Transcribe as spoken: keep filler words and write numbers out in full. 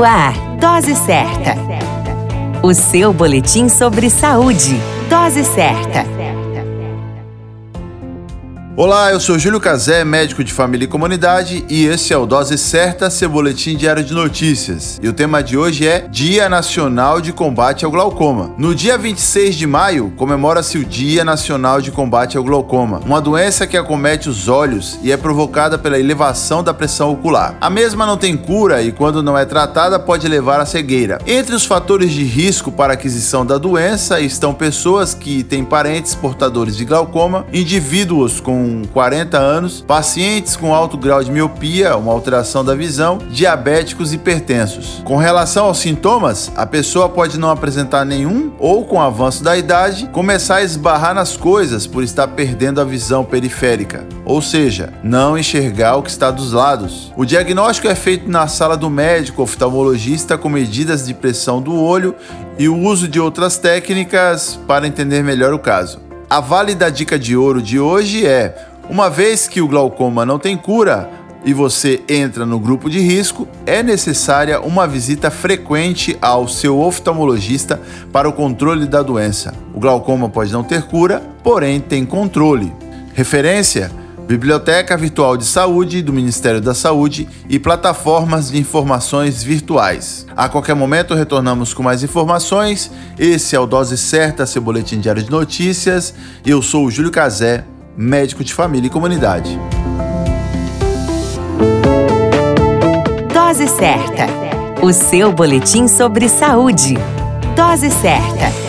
No ar, Dose Certa. O seu boletim sobre saúde. Dose Certa. Olá, eu sou Júlio Cazé, médico de família e comunidade, e esse é o Dose Certa, seu boletim diário de notícias. E o tema de hoje é Dia Nacional de Combate ao Glaucoma. No dia vinte e seis de maio, comemora-se o Dia Nacional de Combate ao Glaucoma, uma doença que acomete os olhos e é provocada pela elevação da pressão ocular. A mesma não tem cura e, quando não é tratada, pode levar à cegueira. Entre os fatores de risco para a aquisição da doença estão pessoas que têm parentes portadores de glaucoma, indivíduos com quarenta anos, pacientes com alto grau de miopia, uma alteração da visão, diabéticos e hipertensos. Com relação aos sintomas, a pessoa pode não apresentar nenhum ou, com o avanço da idade, começar a esbarrar nas coisas por estar perdendo a visão periférica, ou seja, não enxergar o que está dos lados. O diagnóstico é feito na sala do médico oftalmologista com medidas de pressão do olho e o uso de outras técnicas para entender melhor o caso. A válida dica de ouro de hoje é: uma vez que o glaucoma não tem cura e você entra no grupo de risco, é necessária uma visita frequente ao seu oftalmologista para o controle da doença. O glaucoma pode não ter cura, porém tem controle. Referência: Biblioteca Virtual de Saúde do Ministério da Saúde e plataformas de informações virtuais. A qualquer momento retornamos com mais informações. Esse é o Dose Certa, seu boletim diário de notícias. Eu sou o Júlio Cazé, médico de família e comunidade. Dose Certa, o seu boletim sobre saúde. Dose Certa.